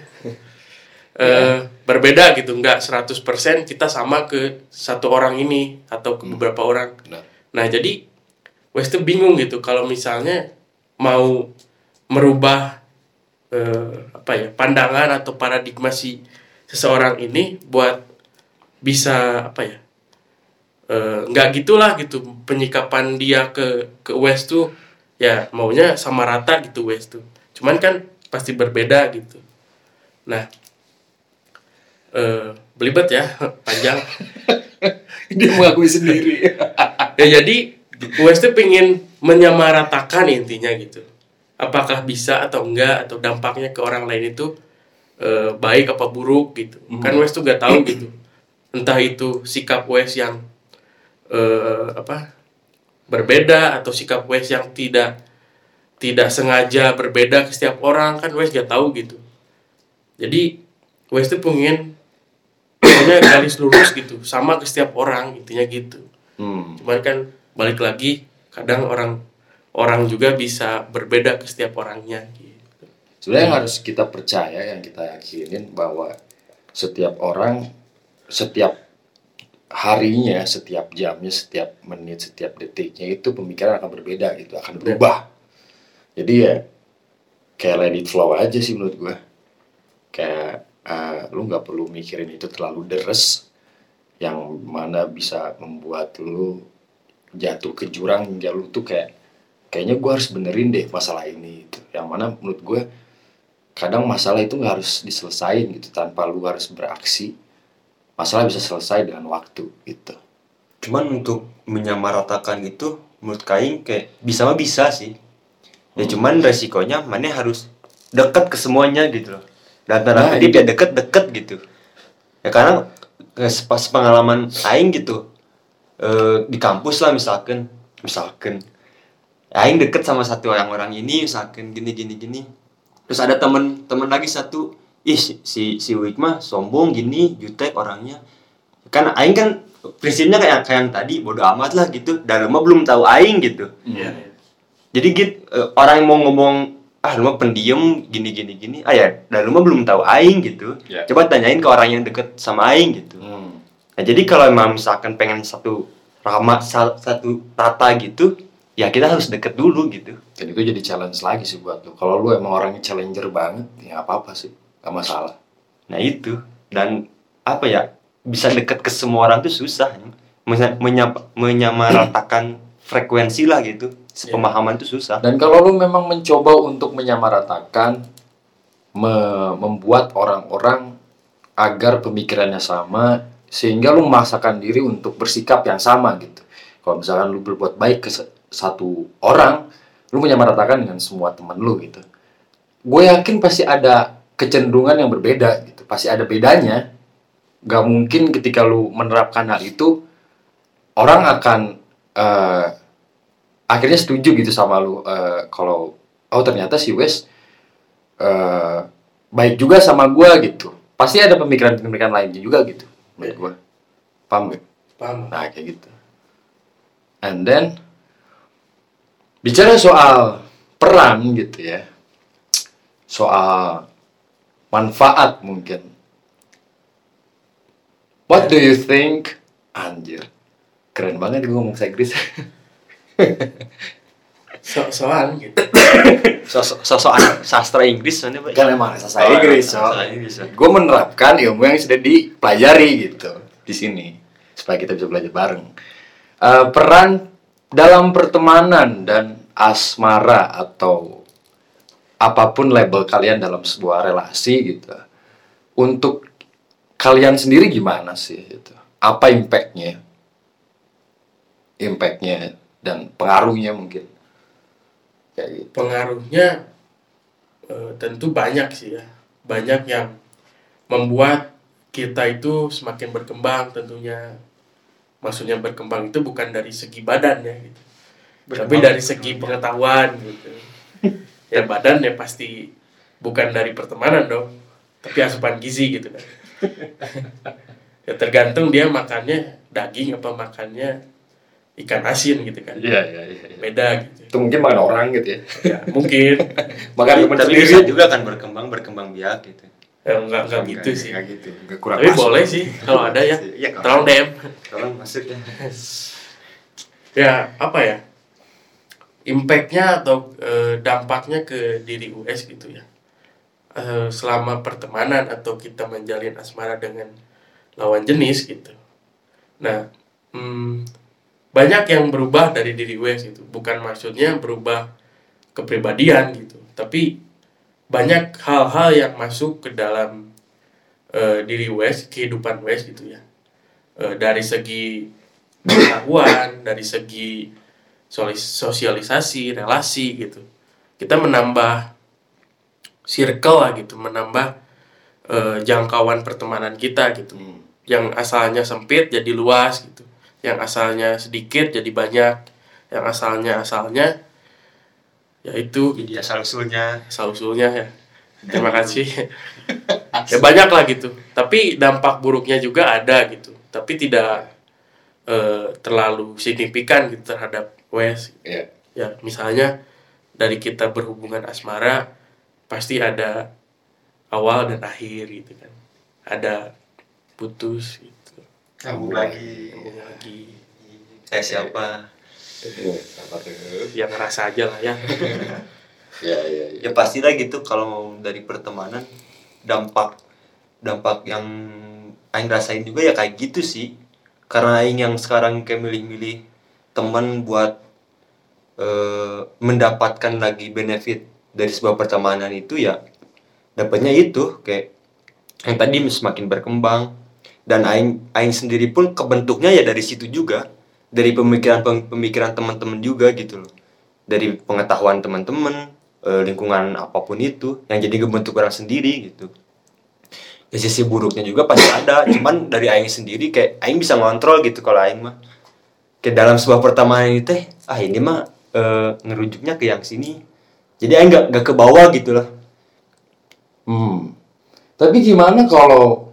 Berbeda gitu, nggak 100% kita sama ke satu orang ini atau ke beberapa orang. Benar. Nah, jadi Wes tuh bingung gitu kalau misalnya mau merubah pandangan atau paradigma si seseorang ini buat bisa nggak gitulah gitu penyikapan dia ke Wes tuh ya maunya sama rata gitu Wes tuh. Cuman kan pasti berbeda gitu. Nah, belibet ya, panjang. Dia mengakui sendiri. Ya jadi Wes tuh pengen menyamaratakan intinya gitu. Apakah bisa atau enggak, atau dampaknya ke orang lain itu baik apa buruk gitu. Kan Wes tuh gak tahu gitu. Entah itu sikap Wes yang berbeda atau sikap Wes yang tidak sengaja berbeda ke setiap orang, kan Wes gak tahu gitu. Jadi Wes tuh pengen garis lurus gitu, sama ke setiap orang intinya gitu. Cuman kan balik lagi kadang orang juga bisa berbeda ke setiap orangnya gitu. Sebenarnya yang harus kita percaya, yang kita yakinin bahwa setiap orang, setiap harinya, setiap jamnya, setiap menit, setiap detiknya itu pemikiran akan berbeda gitu, akan berubah. Jadi ya kayak let it flow aja sih menurut gue. Kayak lu nggak perlu mikirin itu terlalu deres, yang mana bisa membuat lu jatuh ke jurang hingga lu tuh kayaknya gue harus benerin deh masalah ini gitu. Yang mana menurut gue kadang masalah itu nggak harus diselesain gitu tanpa lu harus beraksi. Masalah bisa selesai dengan waktu gitu. Cuman untuk menyamaratakan itu menurut Kaing kayak bisa mah bisa sih. Ya cuman resikonya mana harus dekat ke semuanya gitu loh. Dan tanda kutip ya deket-deket gitu. Ya karena pas pengalaman Aing gitu di kampus lah misalkan Aing deket sama satu orang ini misalkan gini terus ada temen lagi satu si Wik mah sombong gini jutek orangnya kan Aing kan prinsipnya kayak yang tadi bodo amat lah gitu dan lu mah belum tahu Aing gitu. Jadi orang yang mau ngomong lu mah pendiam gini ya dan lu mah belum tahu Aing gitu. Coba tanyain ke orang yang deket sama Aing gitu. Nah jadi kalau emang misalkan pengen satu tata gitu ya kita harus deket dulu gitu. Dan itu jadi challenge lagi sih buat lu. Kalau lu emang orangnya challenger banget ya apa-apa sih, gak masalah. Nah itu dan apa ya bisa deket ke semua orang tuh susah menyamaratakan frekuensi lah gitu sepemahaman tuh susah. Dan kalau lu memang mencoba untuk menyamaratakan membuat orang-orang agar pemikirannya sama sehingga lu memaksakan diri untuk bersikap yang sama gitu. Kalau misalkan lu berbuat baik ke satu orang, lu menyamaratakan dengan semua teman lu gitu. Gue yakin pasti ada kecenderungan yang berbeda gitu. Pasti ada bedanya. Gak mungkin ketika lu menerapkan hal itu orang akan akhirnya setuju gitu sama lu kalau ternyata si Wes baik juga sama gue gitu. Pasti ada pemikiran-pemikiran lainnya juga gitu menurut gue. Paham gak? Paham. Nah kayak gitu. And then bicara soal peran gitu ya, soal manfaat mungkin. What do you think? Anjir, keren banget gue ngomong bahasa Inggris. Soal gitu. Sosokan sastra Inggris mana Pak? Kan emang sastra Inggris, gue menerapkan ilmu yang sudah dipelajari gitu di sini supaya kita bisa belajar bareng. Peran dalam pertemanan dan asmara atau apapun label kalian dalam sebuah relasi gitu. Untuk kalian sendiri gimana sih gitu? Apa impactnya dan pengaruhnya mungkin? Kayak gitu. Pengaruhnya tentu banyak sih ya. Banyak yang membuat kita itu semakin berkembang tentunya. Maksudnya berkembang itu bukan dari segi badan ya gitu. Tapi dari segi pengetahuan gitu. Ya badan ya pasti bukan dari pertemanan dong. Tapi asupan gizi gitu kan. Ya tergantung dia makannya daging apa makannya ikan asin gitu kan. Iya. Beda gitu. Itu mungkin makan orang gitu ya. Ya mungkin. Makan teman tapi sendiri bisa juga kan berkembang biak gitu. Enggak gitu sih. Enggak gitu. Enggak kurang Tapi masuk. boleh sih kalau ada ya. Iya, Tolong DM. Kalau masuk ya. Ya apa ya? Impactnya atau dampaknya ke diri US gitu ya. Selama pertemanan atau kita menjalin asmara dengan lawan jenis gitu. Nah, banyak yang berubah dari diri US gitu. Bukan maksudnya berubah kepribadian gitu, tapi banyak hal-hal yang masuk ke dalam diri US, kehidupan US gitu ya. Dari segi pengetahuan, dari segi sosialisasi, relasi gitu. Kita menambah circle lah gitu, menambah jangkauan pertemanan kita gitu. Yang asalnya sempit jadi luas gitu. Yang asalnya sedikit jadi banyak. Yang asalnya yaitu Jadi asal-usulnya ya. Terima kasih. Ya banyak lah gitu. Tapi dampak buruknya juga ada gitu. Tapi tidak terlalu signifikan gitu terhadap Wes. Iya. Ya misalnya dari kita berhubungan asmara pasti ada awal dan akhir gitu kan. Ada putus gitu. sambung lagi. Saya siapa? Ya ngerasa aja lah ya. Iya. Ya pastilah gitu kalau dari pertemanan dampak yang Aing rasain juga ya kayak gitu sih. Karena Aing yang sekarang kayak milih-milih teman buat mendapatkan lagi benefit dari sebuah pertemanan itu ya dapatnya itu kayak yang tadi semakin berkembang, dan aing sendiri pun kebentuknya ya dari situ juga, dari pemikiran teman-teman juga gitu loh, dari pengetahuan teman-teman, lingkungan apapun itu yang jadi ngebentuk orang sendiri gitu. Ya sisi buruknya juga pasti ada, cuman dari aing sendiri kayak aing bisa ngontrol gitu. Kalau aing mah kayak dalam sebuah pertemanan ini teh ini mah ngerujuknya ke yang sini, jadi aing nggak ke bawah gitu lah. Tapi gimana kalau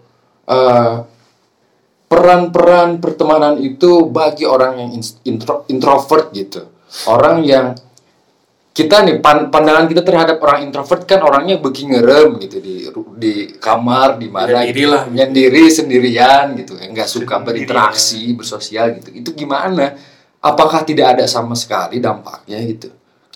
peran-peran pertemanan itu bagi orang yang introvert gitu, orang yang kita nih pandangan kita terhadap orang introvert kan orangnya begini ngerem gitu di kamar di mana gitu, nyendiri sendirian gitu, nggak suka berinteraksi bersosial gitu. Itu gimana? Apakah tidak ada sama sekali dampaknya gitu?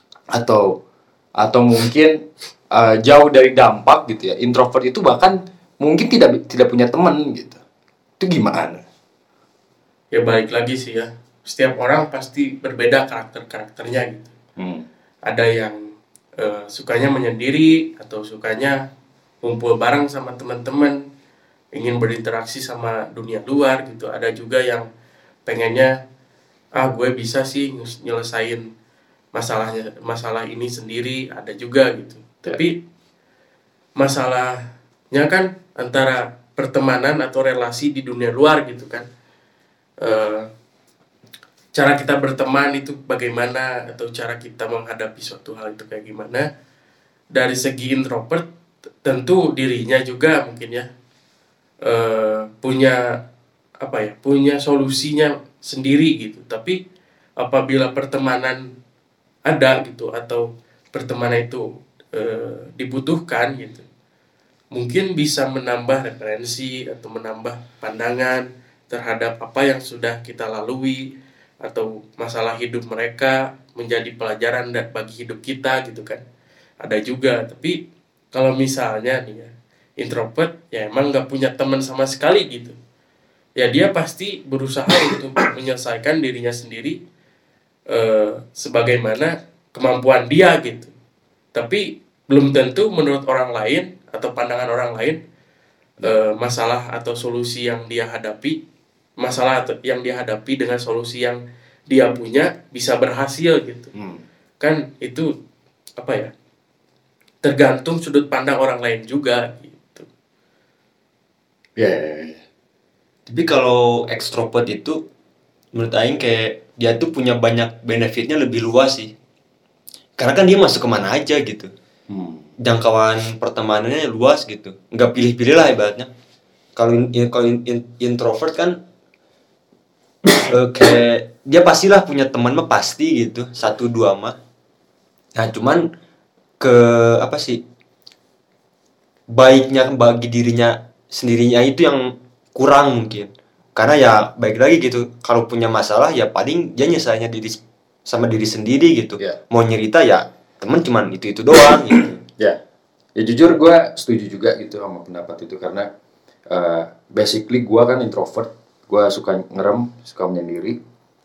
Atau mungkin jauh dari dampak gitu ya, introvert itu bahkan mungkin tidak punya teman gitu. Itu gimana? Ya balik lagi sih ya, setiap orang pasti berbeda karakternya gitu. Ada yang sukanya menyendiri atau sukanya kumpul bareng sama teman-teman, ingin berinteraksi sama dunia luar gitu. Ada juga yang pengennya gue bisa sih nyelesain masalah ini sendiri, ada juga gitu. Tapi masalahnya kan antara pertemanan atau relasi di dunia luar gitu kan. Cara kita berteman itu bagaimana, atau cara kita menghadapi suatu hal itu kayak gimana. Dari segi introvert tentu dirinya juga mungkin ya punya solusinya sendiri gitu. Tapi apabila pertemanan ada gitu, atau pertemanan itu dibutuhkan gitu, mungkin bisa menambah referensi atau menambah pandangan terhadap apa yang sudah kita lalui, atau masalah hidup mereka menjadi pelajaran bagi hidup kita gitu kan. Ada juga. Tapi kalau misalnya nih ya, introvert ya emang nggak punya teman sama sekali gitu, ya dia pasti berusaha untuk menyelesaikan dirinya sendiri sebagaimana kemampuan dia gitu. Tapi belum tentu menurut orang lain atau pandangan orang lain masalah atau solusi yang dia hadapi, dengan solusi yang dia punya bisa berhasil gitu. Kan itu tergantung sudut pandang orang lain juga gitu. Tapi kalau extrovert itu menurut aing kayak dia tuh punya banyak benefitnya, lebih luas sih, karena kan dia masuk kemana aja gitu. Jangkauan pertemanannya luas gitu, nggak pilih-pilih lah ibaratnya. Kalau introvert kan kayak dia pastilah punya teman mah pasti gitu, 1-2 mah. Nah cuman baiknya bagi dirinya sendirinya itu yang kurang mungkin. Karena ya baik lagi gitu, kalau punya masalah ya paling dia nyesainya sama diri sendiri gitu. Mau nyerita ya teman cuman itu doang gitu. Ya jujur gue setuju juga gitu sama pendapat itu, karena basically gue kan introvert, gue suka ngerem, suka menyendiri.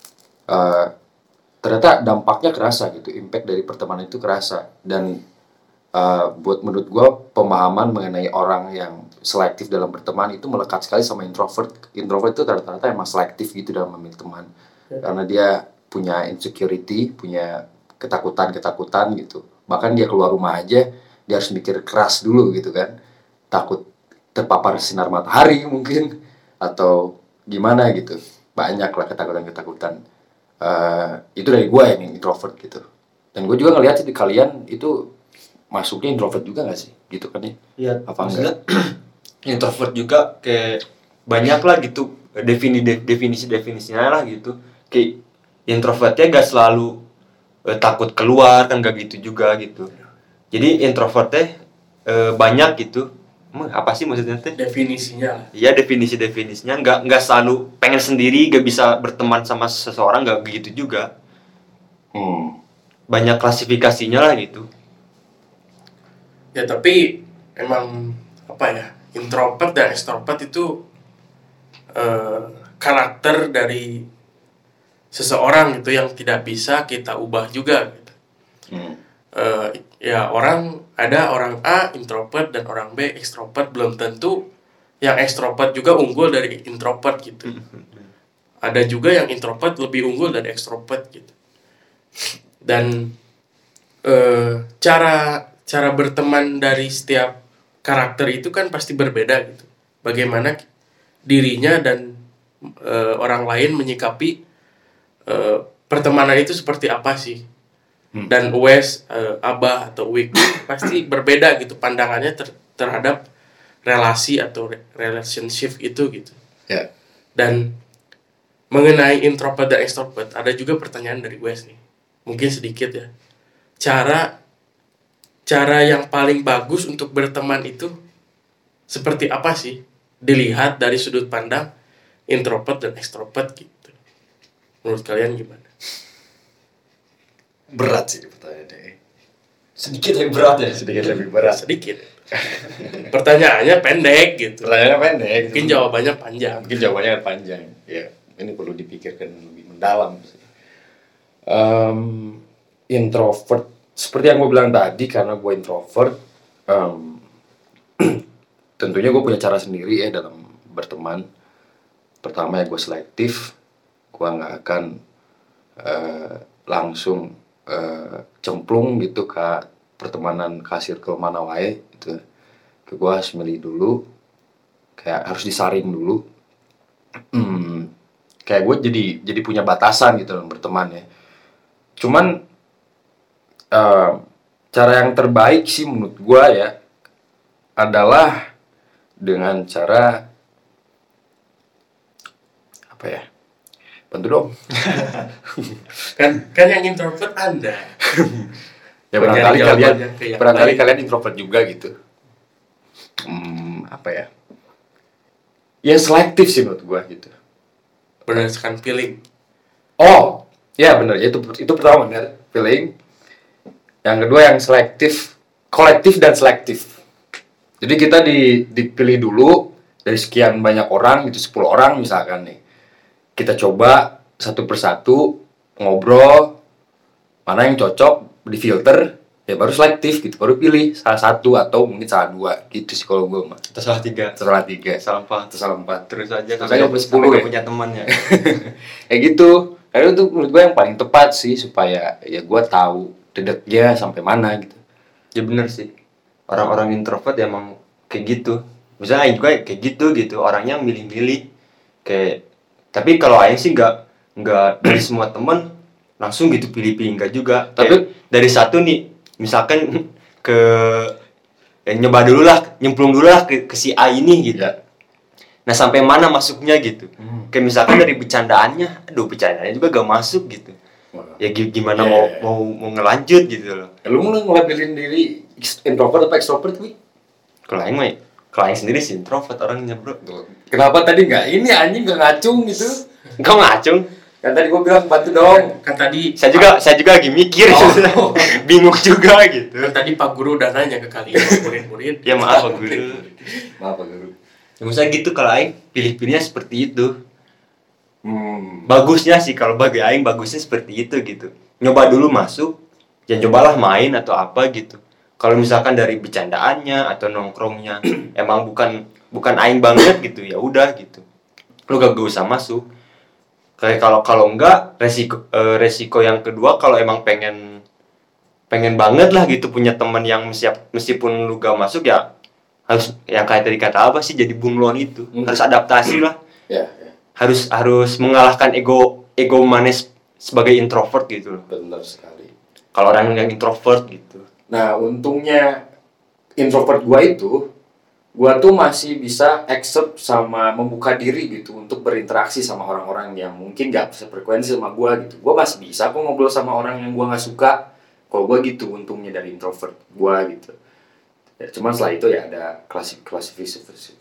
Ternyata dampaknya kerasa gitu, impact dari pertemanan itu kerasa. Dan menurut gue pemahaman mengenai orang yang selektif dalam berteman itu melekat sekali sama introvert. Introvert itu rata-rata emang selektif gitu dalam memilih teman, karena dia punya insecurity, punya ketakutan gitu. Bahkan dia keluar rumah aja dia harus mikir keras dulu gitu kan, takut terpapar sinar matahari mungkin, atau gimana gitu. Banyak lah ketakutan. Itu dari gue yang introvert gitu. Dan gue juga ngelihat sih di kalian itu masuknya introvert juga gak sih gitu kan ya? Iya. Apa enggak? Introvert juga kayak banyak lah gitu definisinya lah gitu. Kayak introvertnya gak selalu takut keluar kan, gak gitu juga gitu. Jadi introvertnya banyak gitu. Apa sih maksudnya teh? Definisinya. Iya, definisinya nggak selalu pengen sendiri, gak bisa berteman sama seseorang, nggak begitu juga. Banyak klasifikasinya lah gitu. Ya tapi emang introvert dan extrovert itu karakter dari seseorang gitu yang tidak bisa kita ubah juga gitu. Ya ada orang A introvert dan orang B ekstrovert, belum tentu yang ekstrovert juga unggul dari introvert gitu. Ada juga yang introvert lebih unggul dari ekstrovert gitu. Dan cara berteman dari setiap karakter itu kan pasti berbeda gitu. Bagaimana dirinya dan orang lain menyikapi pertemanan itu seperti apa sih? Dan Wes, Abah atau Wik pasti berbeda gitu pandangannya terhadap relasi atau relationship itu gitu. Ya. Dan mengenai introvert dan extrovert ada juga pertanyaan dari Wes nih. Mungkin sedikit ya. Cara yang paling bagus untuk berteman itu seperti apa sih? Dilihat dari sudut pandang introvert dan extrovert gitu. Menurut kalian gimana? Berat sih pertanyaannya. Sedikit lebih berat ya. Sedikit lebih berat. Sedikit. Pertanyaannya pendek gitu. Pertanyaannya pendek. Mungkin jawabannya panjang. Mungkin jawabannya panjang. Ya, ini perlu dipikirkan lebih mendalam sih. Introvert, seperti yang gue bilang tadi, karena gue introvert, tentunya gue punya cara sendiri ya dalam berteman. Pertama ya gue selektif, gue nggak akan langsung cemplung gitu ke pertemanan ke circle mana wae gitu. Gue harus milih dulu, kayak harus disaring dulu. Kayak gue jadi punya batasan gitu dalam berteman ya. Cuman cara yang terbaik sih menurut gue ya adalah dengan cara apa ya? Bantu dong. kan yang introvert Anda. Ya barangkali kalian introvert juga gitu. Apa ya? Ya selektif sih menurut gue gitu. Berdasarkan feeling. Oh, ya benar. Itu pertama benar, feeling. Yang kedua yang selektif, kolektif dan selektif. Jadi kita dipilih dulu dari sekian banyak orang, gitu 10 orang misalkan nih. Kita coba satu persatu ngobrol, mana yang cocok, difilter, ya baru selektif gitu, baru pilih salah satu atau mungkin salah dua gitu sih kalau gue mah. Atau salah tiga, salah 4, salah 4 terus aja sampai 10 ya. Punya temannya. Kayak gitu. Karena itu menurut gue yang paling tepat sih supaya ya gue tahu dedeknya sampai mana gitu. Ya bener sih. Orang-orang introvert ya emang kayak gitu. Misalnya juga kayak gitu orangnya milih-milih kayak. Tapi kalau Aing sih nggak dari semua teman langsung gitu pilih-pilih, enggak juga. Tapi dari satu nih, misalkan nyoba dulu lah, nyemplung dulu lah ke si A ini gitu. Ya. Nah sampai mana masuknya gitu. Kayak misalkan dari bercandaannya, bercandaannya juga gak masuk gitu. Ya gimana mau ngelanjut gitu loh. Lu ngelabelin diri introvert apa extrovert wi? Kalau Aing sendiri sih introvert orangnya bro. Kenapa tadi nggak ini anjing nggak ngacung gitu? Kau ngacung? Kan tadi gue bilang bantu dong. Kan tadi Saya juga lagi mikir, bingung juga gitu. Kan tadi Pak Guru udah nanya ke kalian murid-murid. Ya maaf Pak Guru. Maaf Pak Guru. Ya misalnya gitu kalau Aing pilih-pilihnya seperti itu. Bagusnya sih kalau bagi Aing bagusnya seperti itu gitu. Nyoba dulu masuk, ya cobalah main atau apa gitu. Kalau misalkan dari bercandaannya atau nongkrongnya emang bukan Aing banget gitu, ya udah gitu. Lu gak usah masuk. Kayak kalau enggak resiko yang kedua kalau emang pengen banget lah gitu punya teman yang meskipun lu gak masuk ya harus yang kayak tadi kata apa sih jadi bunglon itu. Harus adaptasi lah. Ya. Harus mengalahkan ego manis sebagai introvert gitu loh. Benar sekali. Kalau orang yang introvert gitu. Nah, untungnya introvert gua tuh masih bisa accept sama membuka diri gitu untuk berinteraksi sama orang-orang yang mungkin gak sefrekuensi sama gua gitu. Gua masih bisa kok ngobrol sama orang yang gua gak suka. Kalau gua gitu untungnya dari introvert gua gitu. Ya, cuman setelah itu ya ada klasifikasi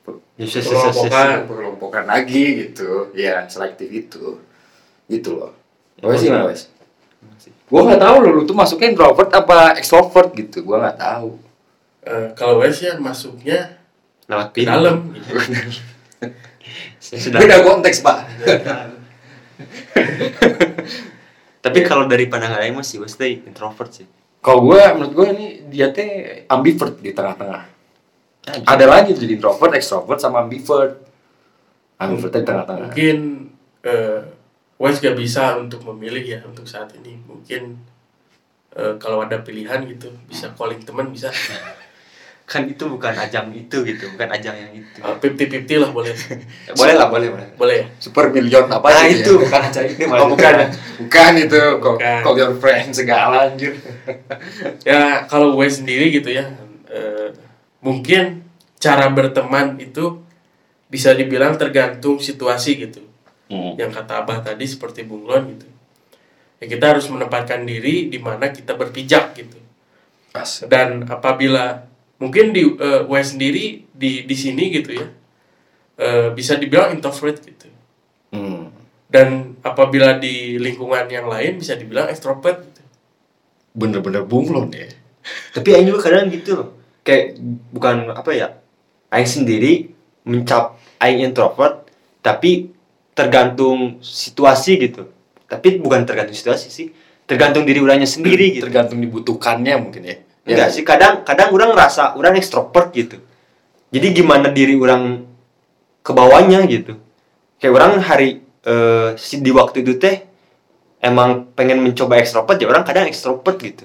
kelompokan lagi gitu. Ya, selektif itu. Gitu loh. Gua sih gimana, Wes? Gue nggak tahu lu tuh masuknya introvert apa extrovert gitu, gue nggak tahu. Kalau Wes ya masuknya Lewat ke dalam. Beda konteks pak. Tapi kalau dari pandangan Aing masih Wesley introvert sih. Kalau menurut gue ini dia teh ambivert di tengah-tengah. Ada lagi jadi introvert, extrovert sama ambivert. Ambivert di tengah-tengah. Mungkin Wes gak bisa untuk memilih ya untuk saat ini. Mungkin kalau ada pilihan gitu bisa calling teman bisa. Kan itu bukan ajang itu gitu, bukan ajang yang itu. 50-50 lah boleh. Boleh lah, boleh. Boleh ya? Super million apa Nah gitu itu ya? bukan ajang ini Oh, bukan itu kok Bukan. call your friend segala anjir. Ya kalau Wes sendiri gitu ya, mungkin cara berteman itu bisa dibilang tergantung situasi gitu. Yang kata Abah tadi seperti bunglon gitu. Ya kita harus menempatkan diri di mana kita berpijak gitu. Dan apabila mungkin di Wes sendiri di sini gitu ya, bisa dibilang introvert gitu. Dan apabila di lingkungan yang lain bisa dibilang extrovert gitu. Bener-bener bunglon ya. Tapi Aing juga kadang gitu loh. Kayak bukan apa ya, Aing sendiri mencap Aing introvert, tapi tergantung situasi gitu. Tapi bukan tergantung situasi sih, tergantung diri orangnya sendiri gitu. Tergantung dibutuhkannya mungkin ya. Enggak sih, kadang orang ngerasa orang extrovert gitu. Jadi gimana diri orang ke bawahnya gitu. Kayak orang di waktu itu teh emang pengen mencoba extrovert, ya orang kadang extrovert gitu.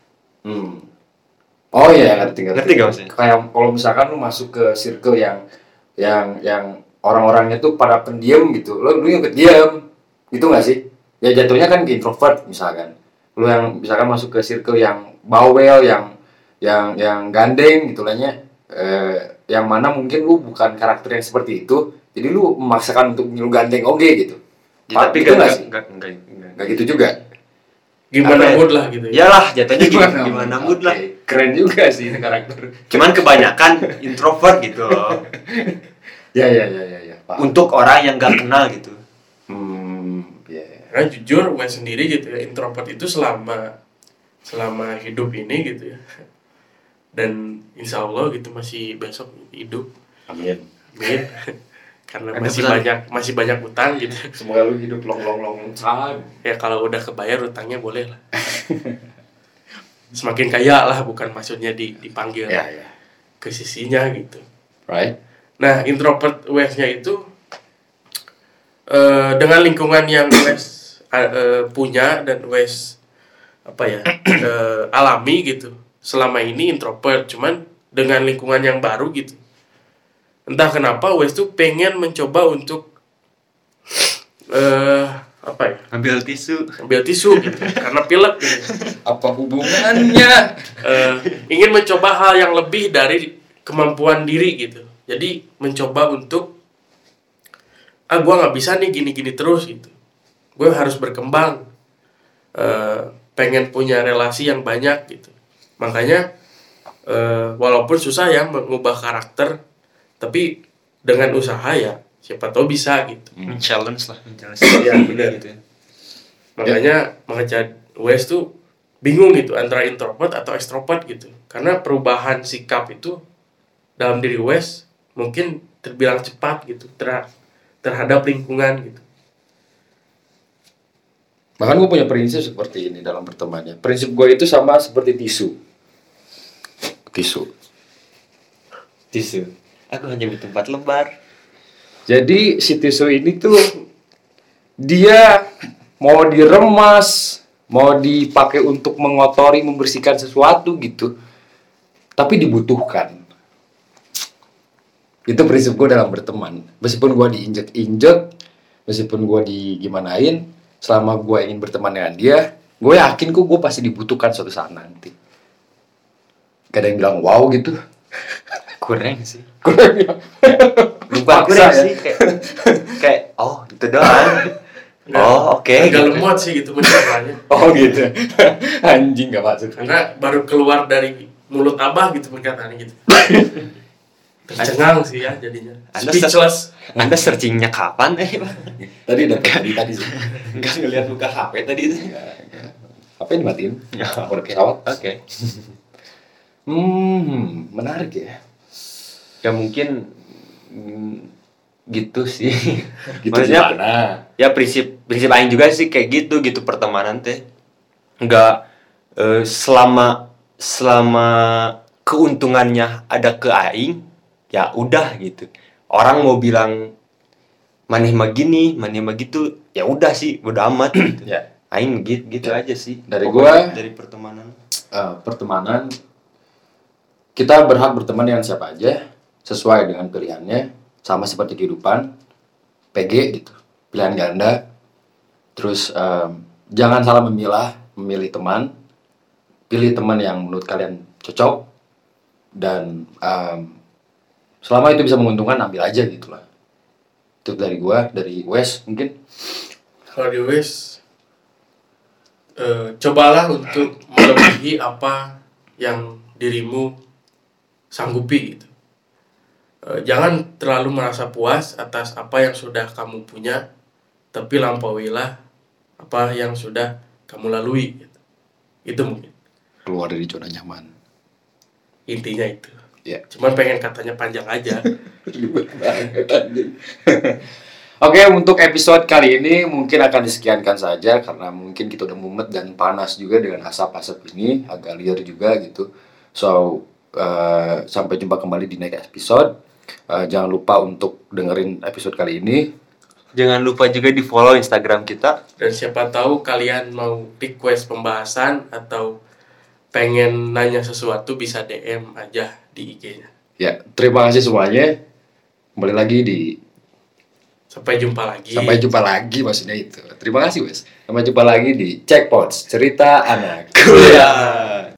Oh iya, ngerti gak maksudnya? Kayak kalau misalkan lu masuk ke circle yang orang-orangnya tuh pada pendiam gitu, lu yang pendiam, gitu nggak sih? Ya jatuhnya kan ke introvert misalkan. Lu yang misalkan masuk ke circle yang bawel, yang gandeng gitu lahnya, yang mana mungkin lu bukan karakter yang seperti itu, jadi lu memaksakan untuk lu gandeng gitu. Ya, tapi gitu nggak sih? Enggak Gitu juga. Gimana mood lah gitu ya. Iyalah, jatuhnya gimana mood lah. Keren juga sih ini karakter. Cuman kebanyakan introvert gitu loh. Ya. Paham. Untuk orang yang gak kenal gitu. Karena jujur Wes sendiri gitu ya, introvert itu selama hidup ini gitu ya. Dan insya Allah gitu masih besok hidup. Amin. Karena masih banyak utang gitu. Semoga lu hidup long time. Ya kalau udah kebayar utangnya boleh lah. Semakin kaya lah, bukan maksudnya dipanggil Ya. ke sisinya gitu. Right. Nah introvert Wes-nya itu dengan lingkungan yang Wes punya dan Wes alami gitu. Selama ini introvert, cuman dengan lingkungan yang baru gitu. Entah kenapa Wes tuh pengen mencoba untuk Ambil tisu gitu karena pilek gitu. Apa hubungannya? Ingin mencoba hal yang lebih dari kemampuan diri gitu. Jadi mencoba untuk gue nggak bisa nih gini-gini terus gitu. Gue harus berkembang. Pengen punya relasi yang banyak gitu. Makanya walaupun susah ya mengubah karakter, tapi dengan usaha ya siapa tahu bisa gitu. challenge Ya benar gitu ya. Makanya Wes tuh bingung gitu antara introvert atau extrovert gitu. Karena perubahan sikap itu dalam diri Wes mungkin terbilang cepat gitu terhadap lingkungan gitu. Bahkan gue punya prinsip seperti ini dalam bertemannya. Prinsip gue itu sama seperti tisu. Aku hanya butuh 4 lembar. Jadi si tisu ini tuh dia mau diremas, mau dipakai untuk mengotori, membersihkan sesuatu gitu, tapi dibutuhkan. Itu prinsip gue dalam berteman. Meskipun gue diinjek-injek, meskipun gue digimanain, selama gue ingin berteman dengan dia, gue yakin kok gue pasti dibutuhkan suatu saat nanti. Gak ada yang bilang wow gitu. Kurang sih. Lupa Kurang sih kayak oh itu doang. Oh oke. Agak lemot sih gitu menceritakannya. Oh gitu. Anjing gak masuk. Karena baru keluar dari mulut Abah gitu perkataannya gitu. Tercengang sih ya jadinya. Speechless. Anda searchingnya kapan Tadi tadi sih. Enggak ngeliat buka HP tadi itu. Apa yang dimatiin? Udah pesawat. Oke. Menarik ya. Ya mungkin gitu sih. Gitu maksudnya gimana? ya prinsip prinsip aing juga sih kayak gitu pertemanan teh. Enggak selama keuntungannya ada ke aing, ya udah gitu. Orang mau bilang maneh mah gini, maneh mah gitu, ya udah sih, udah amat gitu. Ya. Aing gitu aja sih. Dari Pokoknya gua dari pertemanan. Pertemanan kita berhak berteman dengan siapa aja sesuai dengan pilihannya, sama seperti kehidupan PG gitu, pilihan ganda. Terus jangan salah memilih teman, pilih teman yang menurut kalian cocok, dan selama itu bisa menguntungkan ambil aja gitu lah. Itu dari gua, dari Wes mungkin. Kalau di Wes, cobalah untuk melebihi apa yang dirimu sanggupi gitu. Jangan terlalu merasa puas atas apa yang sudah kamu punya, tapi lampauilah apa yang sudah kamu lalui gitu. Itu mungkin Keluar dari zona nyaman. intinya itu. Ya. Cuman pengen katanya panjang aja. Ribet banget anjing. Oke, untuk episode kali ini mungkin akan disekiankan saja karena mungkin kita udah mumet dan panas juga dengan asap-asap ini, agak liar juga gitu. So, sampai jumpa kembali di next episode. Jangan lupa untuk dengerin episode kali ini. Jangan lupa juga di follow Instagram kita. Dan siapa tahu kalian mau request pembahasan atau pengen nanya sesuatu bisa DM aja di IG-nya. Ya, terima kasih semuanya. Kembali lagi di Sampai jumpa lagi. Sampai jumpa lagi maksudnya itu. Terima kasih, Wes. Sampai jumpa lagi di Checkpoints, cerita anak kuliah.